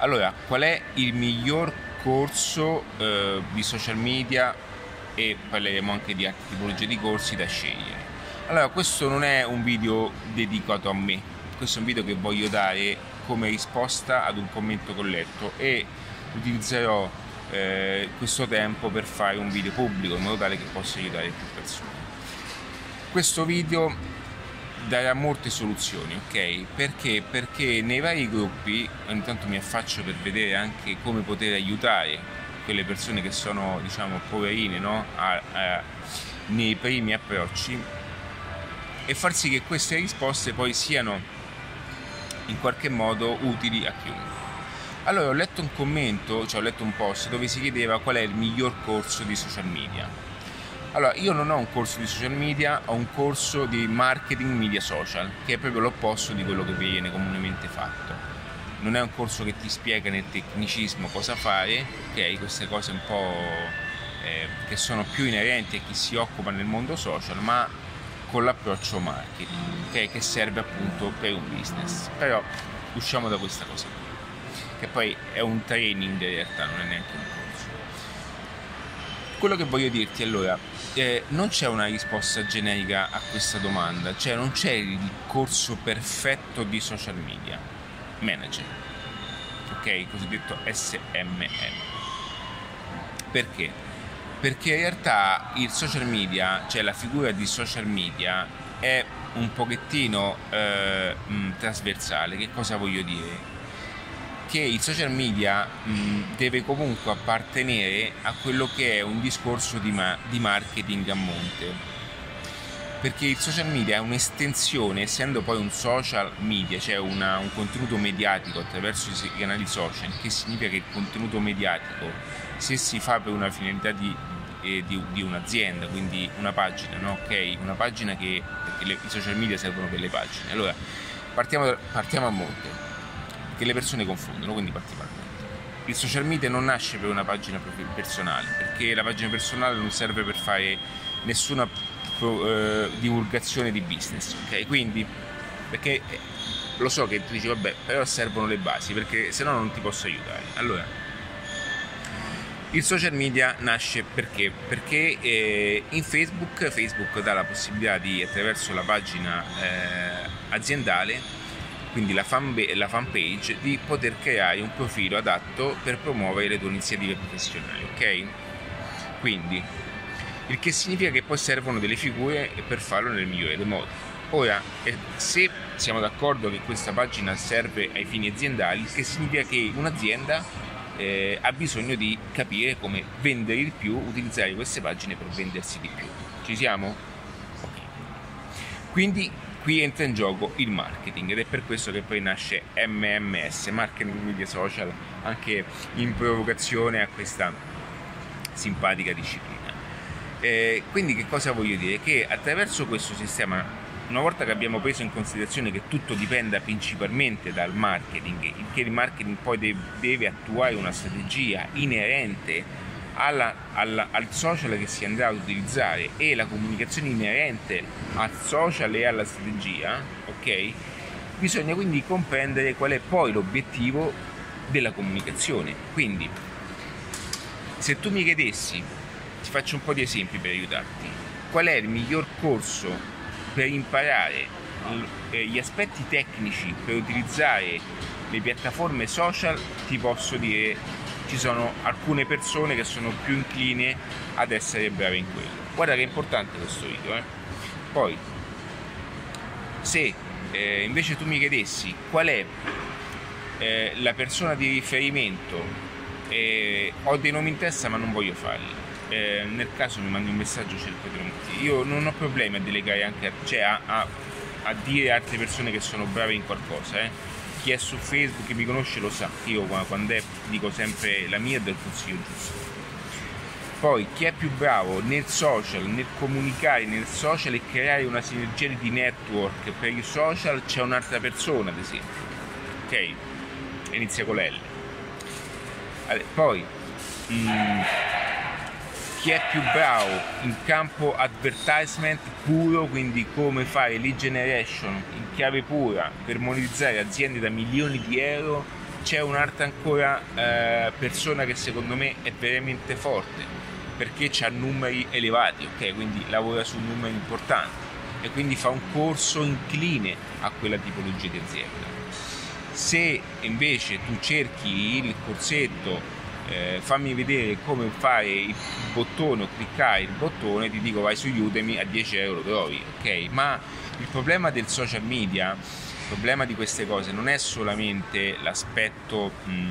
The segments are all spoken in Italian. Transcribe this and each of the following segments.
Allora, qual è il miglior corso di social media, e parleremo anche di altre tipologie di corsi da scegliere. Allora, questo non è un video dedicato a me, questo è un video che voglio dare come risposta ad un commento che ho letto e utilizzerò questo tempo per fare un video pubblico in modo tale che possa aiutare più persone. Questo video darà molte soluzioni, ok? Perché nei vari gruppi ogni tanto mi affaccio per vedere anche come poter aiutare quelle persone che sono, diciamo, poverine, no? Nei primi approcci, e far sì che queste risposte poi siano in qualche modo utili a chiunque. Allora, ho letto un commento, cioè ho letto un post dove si chiedeva qual è il miglior corso di social media. Allora, io non ho un corso di social media, ho un corso di marketing media social, che è proprio l'opposto di quello che viene comunemente fatto. Non è un corso che ti spiega nel tecnicismo cosa fare, ok? Queste cose un po' che sono più inerenti a chi si occupa nel mondo social, ma con l'approccio marketing, ok? Che serve appunto per un business. Però usciamo da questa cosa qui, che poi è un training in realtà, non è neanche un corso. Quello che voglio dirti allora, non c'è una risposta generica a questa domanda, cioè non c'è il corso perfetto di social media manager, ok? Cosiddetto SMM. Perché? Perché in realtà il social media, cioè la figura di social media, è un pochettino trasversale. Che cosa voglio dire? Che il social media deve comunque appartenere a quello che è un discorso di marketing a monte, perché il social media è un'estensione, essendo poi un social media, cioè un contenuto mediatico attraverso i canali social, che significa che il contenuto mediatico, se si fa per una finalità di un'azienda, quindi una pagina, no? Ok? Una pagina perché i social media servono per le pagine. Allora, partiamo a monte, che le persone confondono, quindi partiamo a monte. Il social media non nasce per una pagina personale, perché la pagina personale non serve per fare nessuna divulgazione di business, ok? Quindi, perché lo so che tu dici vabbè, però servono le basi, perché se no non ti posso aiutare. Allora, il social media nasce perché? Perché in Facebook dà la possibilità di, attraverso la pagina aziendale, quindi la fanpage, di poter creare un profilo adatto per promuovere le tue iniziative professionali, ok? Quindi, il che significa che poi servono delle figure per farlo nel migliore dei modi. Ora, se siamo d'accordo che questa pagina serve ai fini aziendali, il che significa che un'azienda ha bisogno di capire come vendere di più, utilizzare queste pagine per vendersi di più. Ci siamo? Ok. Quindi qui entra in gioco il marketing, ed è per questo che poi nasce MMS, Marketing Media Social, anche in provocazione a questa simpatica disciplina. Quindi che cosa voglio dire? Che attraverso questo sistema, una volta che abbiamo preso in considerazione che tutto dipenda principalmente dal marketing, che il marketing poi deve attuare una strategia inerente al social che si andrà ad utilizzare e la comunicazione inerente al social e alla strategia, ok? Bisogna quindi comprendere qual è poi l'obiettivo della comunicazione. Quindi, se tu mi chiedessi, ti faccio un po' di esempi per aiutarti, qual è il miglior corso per imparare gli aspetti tecnici per utilizzare le piattaforme social, ti posso dire ci sono alcune persone che sono più incline ad essere brave in quello. Guarda che è importante questo video, Poi, se invece tu mi chiedessi qual è la persona di riferimento, ho dei nomi in testa ma non voglio farli, nel caso mi mandi un messaggio, cerco di non... Io non ho problemi a delegare anche a dire a altre persone che sono brave in qualcosa, Chi è su Facebook e mi conosce lo sa, io quando dico sempre la mia e do il consiglio giusto. Poi chi è più bravo nel social, nel comunicare nel social e creare una sinergia di network per il social, c'è un'altra persona ad esempio, ok? Inizia con l'L. Poi chi è più bravo in campo advertisement puro, quindi come fare lead generation in chiave pura per monetizzare aziende da milioni di euro, c'è un'altra ancora persona che secondo me è veramente forte, perché ha numeri elevati, ok? Quindi lavora su numeri importanti e quindi fa un corso incline a quella tipologia di azienda. Se invece tu cerchi il corsetto, fammi vedere come fare il bottone o cliccare il bottone, ti dico vai su Udemy, a 10 euro trovi, ok? Ma il problema del social media, il problema di queste cose non è solamente l'aspetto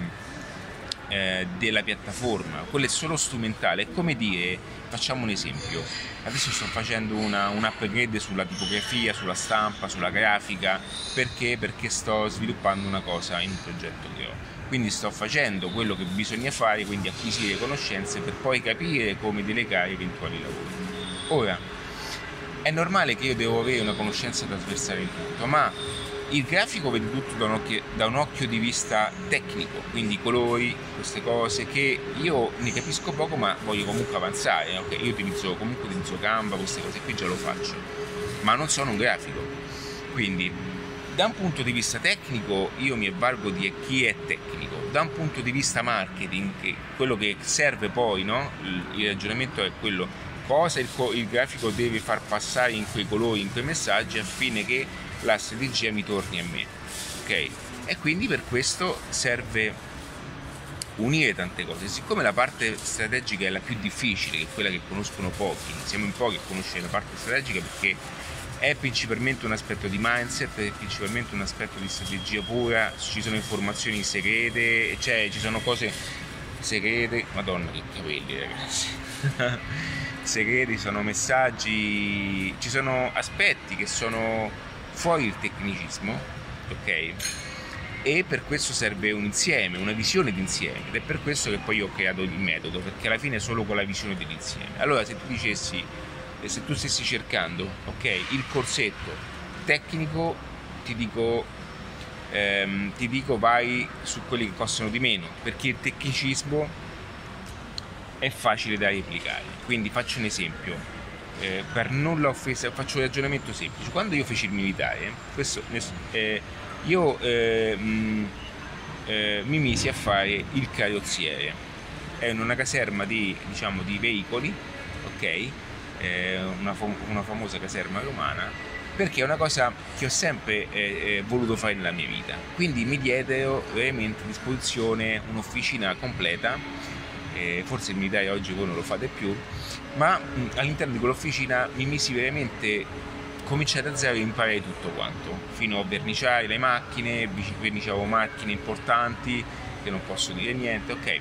della piattaforma, quello è solo strumentale. È come dire, facciamo un esempio, adesso sto facendo un upgrade sulla tipografia, sulla stampa, sulla grafica, perché sto sviluppando una cosa in un progetto che ho, quindi sto facendo quello che bisogna fare, quindi acquisire conoscenze per poi capire come delegare eventuali lavori. Ora, è normale che io devo avere una conoscenza trasversale in tutto, ma il grafico vede tutto da un occhio di vista tecnico, quindi i colori, queste cose che io ne capisco poco, ma voglio comunque avanzare, ok? Io utilizzo Canva, queste cose qui già lo faccio, ma non sono un grafico. Quindi da un punto di vista tecnico io mi avvalgo di chi è tecnico, da un punto di vista marketing, che quello che serve poi, no? Il ragionamento è quello, cosa il grafico deve far passare in quei colori, in quei messaggi, affinché che la strategia mi torni a me, ok? E quindi per questo serve unire tante cose. Siccome la parte strategica è la più difficile, che è quella che conoscono pochi, siamo in pochi a conoscere la parte strategica, perché è principalmente un aspetto di mindset, è principalmente un aspetto di strategia pura, ci sono informazioni segrete, cioè ci sono cose segrete, madonna che capelli ragazzi segreti, sono messaggi, ci sono aspetti che sono fuori il tecnicismo, ok? E per questo serve un insieme, una visione d'insieme, ed è per questo che poi ho creato il metodo, perché alla fine è solo con la visione dell'insieme. Allora se tu dicessi, se tu stessi cercando, ok, il corsetto tecnico, ti dico vai su quelli che costano di meno, perché il tecnicismo è facile da replicare. Quindi faccio un esempio, per nulla offesa, faccio un ragionamento semplice. Quando io feci il militare, mi misi a fare il carrozziere, è in una caserma di veicoli, ok? Una famosa caserma romana, perché è una cosa che ho sempre voluto fare nella mia vita. Quindi mi diedero veramente a disposizione un'officina completa, forse il militare oggi voi non lo fate più, ma all'interno di quell'officina mi misi veramente, cominciai da zero e imparai tutto quanto, fino a verniciare le macchine, verniciavo macchine importanti che non posso dire niente, ok.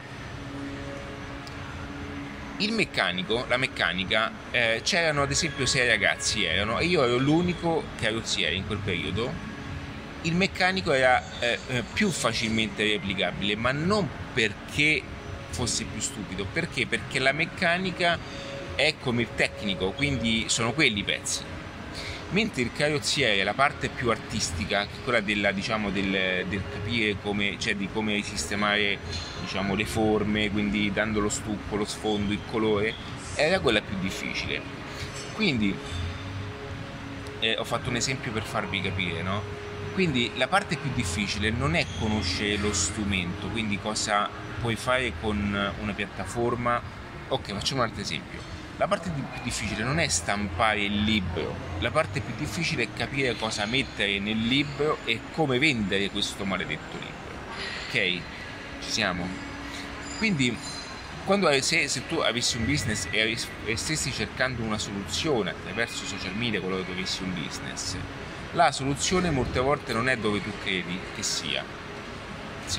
Il meccanico, la meccanica, c'erano ad esempio 6 ragazzi, e io ero l'unico carrozziere in quel periodo. Il meccanico era più facilmente replicabile, ma non perché fosse più stupido, perché la meccanica è come il tecnico, quindi sono quelli i pezzi, mentre il carrozziere è la parte più artistica, che è quella del capire come, cioè di come sistemare le forme, quindi dando lo stucco, lo sfondo, il colore, era quella più difficile. Quindi ho fatto un esempio per farvi capire, no? Quindi la parte più difficile non è conoscere lo strumento, quindi cosa puoi fare con una piattaforma. Ok, facciamo un altro esempio. La parte più difficile non è stampare il libro, la parte più difficile è capire cosa mettere nel libro e come vendere questo maledetto libro. Ok? Ci siamo? Quindi se tu avessi un business e stessi cercando una soluzione attraverso i social media, quello che avessi un business, la soluzione molte volte non è dove tu credi che sia. Sì.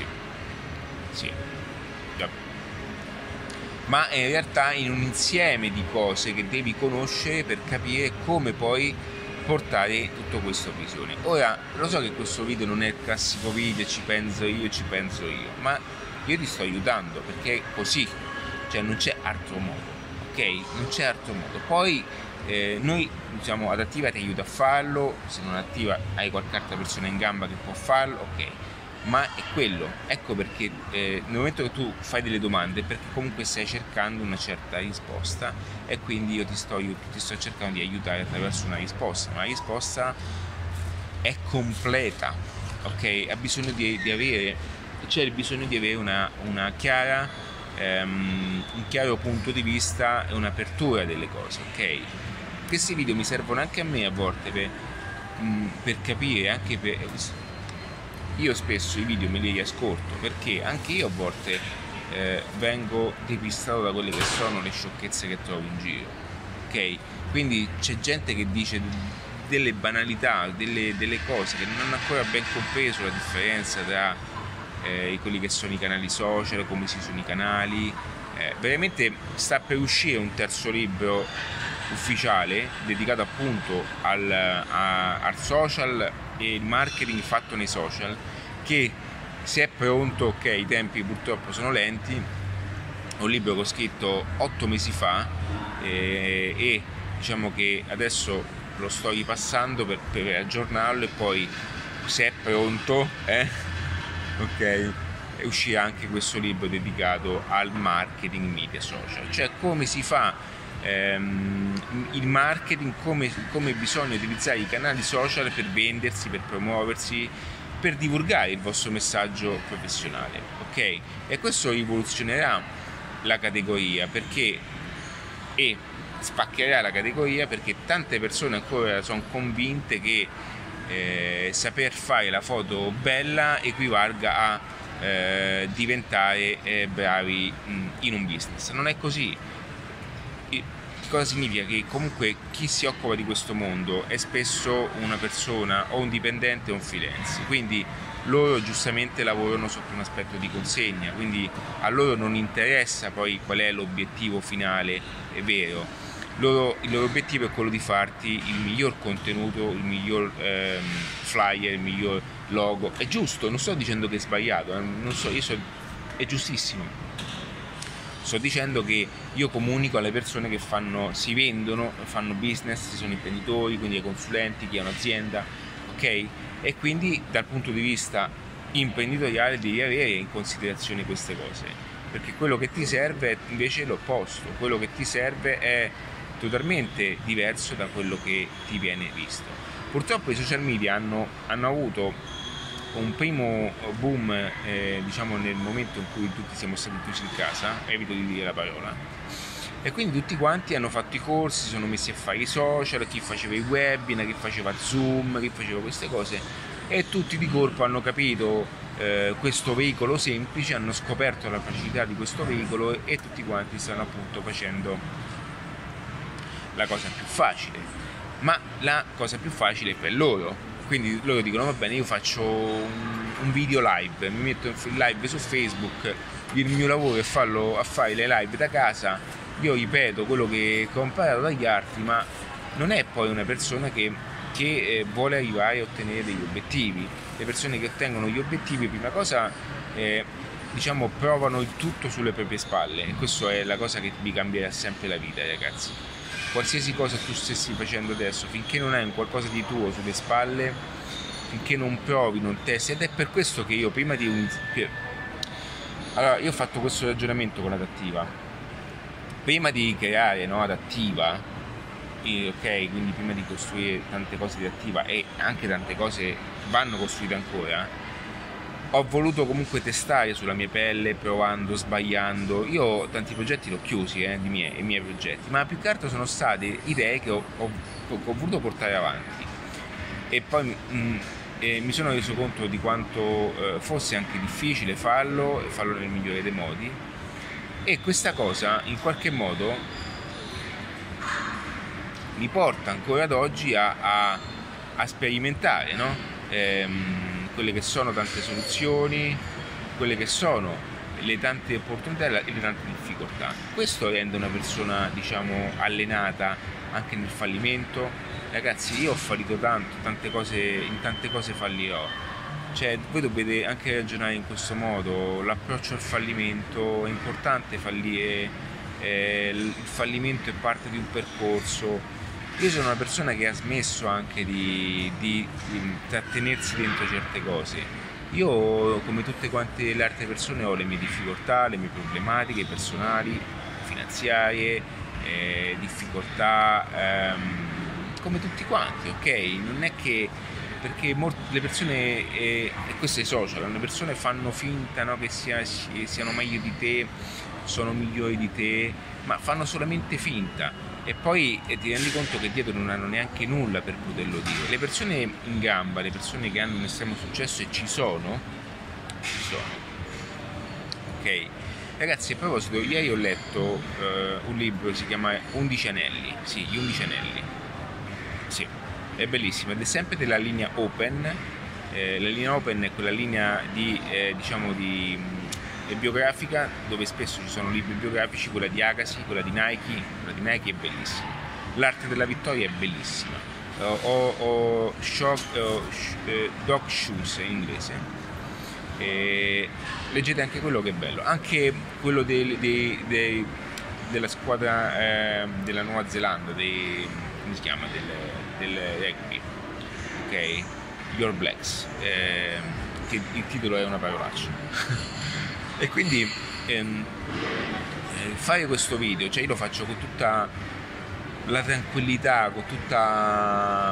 Ma in realtà in un insieme di cose che devi conoscere per capire come poi portare tutto questo a visione. Ora, lo so che questo video non è il classico video ci penso io, ma io ti sto aiutando, perché è così, cioè non c'è altro modo, ok? Non c'è altro modo. Poi noi diciamo ad Attiva ti aiuta a farlo, se non attiva hai qualche altra persona in gamba che può farlo, ok? Ma è quello, ecco perché nel momento che tu fai delle domande, perché comunque stai cercando una certa risposta, e quindi io ti sto cercando di aiutare attraverso una risposta. Ma la risposta è completa, ok? Ha bisogno di avere c'è il bisogno di avere una chiara, un chiaro punto di vista e un'apertura delle cose, ok? Questi video mi servono anche a me a volte per capire, anche per... Io spesso i video me li riascolto perché anche io a volte vengo depistato da quelle che sono le sciocchezze che trovo in giro, ok? Quindi c'è gente che dice delle banalità, delle cose che non hanno ancora ben compreso la differenza tra quelli che sono i canali social, come si sono i canali. Veramente sta per uscire un terzo libro ufficiale dedicato appunto al social e il marketing fatto nei social, che se è pronto, ok, i tempi purtroppo sono lenti. È un libro che ho scritto 8 mesi fa e diciamo che adesso lo sto ripassando per aggiornarlo, e poi se è pronto ok, uscirà anche questo libro dedicato al marketing media social, cioè come si fa il marketing, come bisogna utilizzare i canali social per vendersi, per promuoversi, per divulgare il vostro messaggio professionale, ok? E questo rivoluzionerà la categoria e spaccherà la categoria, perché tante persone ancora sono convinte che saper fare la foto bella equivalga a diventare bravi in un business. Non è così. Cosa significa? Che comunque chi si occupa di questo mondo è spesso una persona o un dipendente o un freelance, quindi loro giustamente lavorano sotto un aspetto di consegna, quindi a loro non interessa poi qual è l'obiettivo finale, è vero. Il loro obiettivo è quello di farti il miglior contenuto, il miglior flyer, il miglior logo. È giusto, non sto dicendo che è sbagliato, non so, è giustissimo. Sto dicendo che io comunico alle persone che si vendono, fanno business, sono imprenditori, quindi ai consulenti, chi ha un'azienda, ok? E quindi dal punto di vista imprenditoriale devi avere in considerazione queste cose, perché quello che ti serve è invece l'opposto, quello che ti serve è totalmente diverso da quello che ti viene visto. Purtroppo i social media hanno avuto un primo boom diciamo nel momento in cui tutti siamo stati chiusi in casa, evito di dire la parola, e quindi tutti quanti hanno fatto i corsi, si sono messi a fare i social, chi faceva i webinar, chi faceva Zoom, chi faceva queste cose, e tutti di colpo hanno capito questo veicolo semplice, hanno scoperto la facilità di questo veicolo e tutti quanti stanno appunto facendo la cosa più facile, ma la cosa più facile è per loro. Quindi loro dicono: va bene, io faccio un video live, mi metto in live su Facebook, il mio lavoro è a fare le live da casa, io ripeto quello che ho imparato dagli altri, ma non è poi una persona che vuole arrivare a ottenere degli obiettivi. Le persone che ottengono gli obiettivi, prima cosa diciamo provano il tutto sulle proprie spalle, e questa è la cosa che vi cambierà sempre la vita, ragazzi. Qualsiasi cosa tu stessi facendo adesso, finché non hai un qualcosa di tuo sulle spalle, finché non provi, non testi, ed è per questo che io prima di allora io ho fatto questo ragionamento con Adattiva. Prima di creare Adattiva, ok, quindi prima di costruire tante cose di Adattiva, e anche tante cose vanno costruite ancora, ho voluto comunque testare sulla mia pelle, provando, sbagliando. Io tanti progetti l'ho chiusi, i miei progetti, ma più che altro sono state idee che ho voluto portare avanti, e poi mi sono reso conto di quanto fosse anche difficile farlo, e farlo nel migliore dei modi, e questa cosa in qualche modo mi porta ancora ad oggi a sperimentare, quelle che sono tante soluzioni, quelle che sono le tante opportunità e le tante difficoltà. Questo rende una persona, diciamo, allenata anche nel fallimento. Ragazzi, io ho fallito tanto, in tante cose fallirò. Cioè, voi dovete anche ragionare in questo modo. L'approccio al fallimento è importante, fallire, il fallimento è parte di un percorso. Io sono una persona che ha smesso anche di trattenersi dentro certe cose. Io, come tutte quante le altre persone, ho le mie difficoltà, le mie problematiche personali, finanziarie, difficoltà, come tutti quanti, ok? Non è che perché le persone, e questo è social, le persone fanno finta, no, che siano meglio di te, sono migliori di te, ma fanno solamente finta, e poi ti rendi conto che dietro non hanno neanche nulla per poterlo dire. Le persone in gamba, le persone che hanno un estremo successo, e ci sono, ok? Ragazzi, a proposito, ieri ho letto un libro che si chiama 11 Anelli, sì, gli 11 Anelli, sì, è bellissimo, ed è sempre della linea Open. La linea Open è quella linea di, diciamo, di biografica, dove spesso ci sono libri biografici. Quella di Agassi, quella di Nike è bellissima. L'arte della vittoria è bellissima. Dog Shoes in inglese. Leggete anche quello, che è bello, anche quello della squadra della Nuova Zelanda, come si chiama, del rugby, ok, Your Blacks, che il titolo è una parolaccia. E quindi fare questo video, cioè io lo faccio con tutta la tranquillità, con tutta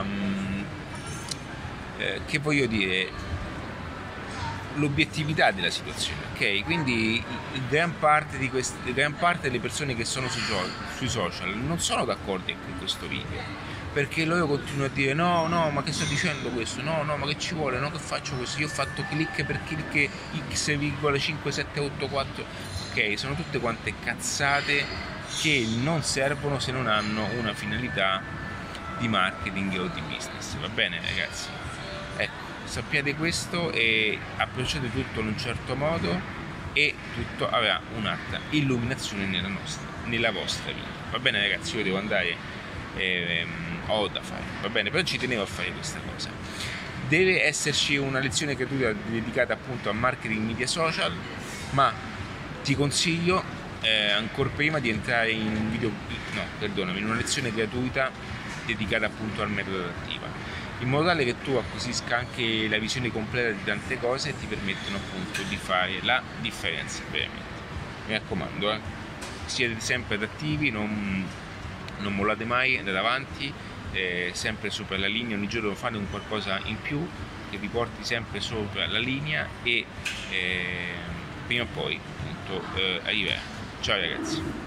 che voglio dire, l'obiettività della situazione, ok? Quindi gran parte delle persone che sono sui social non sono d'accordo con questo video, perché loro continuano a dire no, ma che sto dicendo questo, no, ma che ci vuole, no, che faccio questo, io ho fatto click per click x,5784, ok? Sono tutte quante cazzate che non servono se non hanno una finalità di marketing o di business, va bene ragazzi? Ecco, sappiate questo e approcciate tutto in un certo modo, e tutto avrà un'altra illuminazione nella vostra vita, va bene ragazzi? Io devo andare, ho da fare, va bene? Però ci tenevo a fare questa cosa. Deve esserci una lezione gratuita dedicata appunto a marketing media social, ma ti consiglio ancora prima di entrare in una lezione gratuita dedicata appunto al metodo adattiva, in modo tale che tu acquisisca anche la visione completa di tante cose e ti permettono appunto di fare la differenza veramente. Mi raccomando, siete sempre adattivi, non mollate mai, andate avanti, sempre sopra la linea, ogni giorno fate un qualcosa in più che vi porti sempre sopra la linea, e prima o poi appunto arriverà. Ciao ragazzi.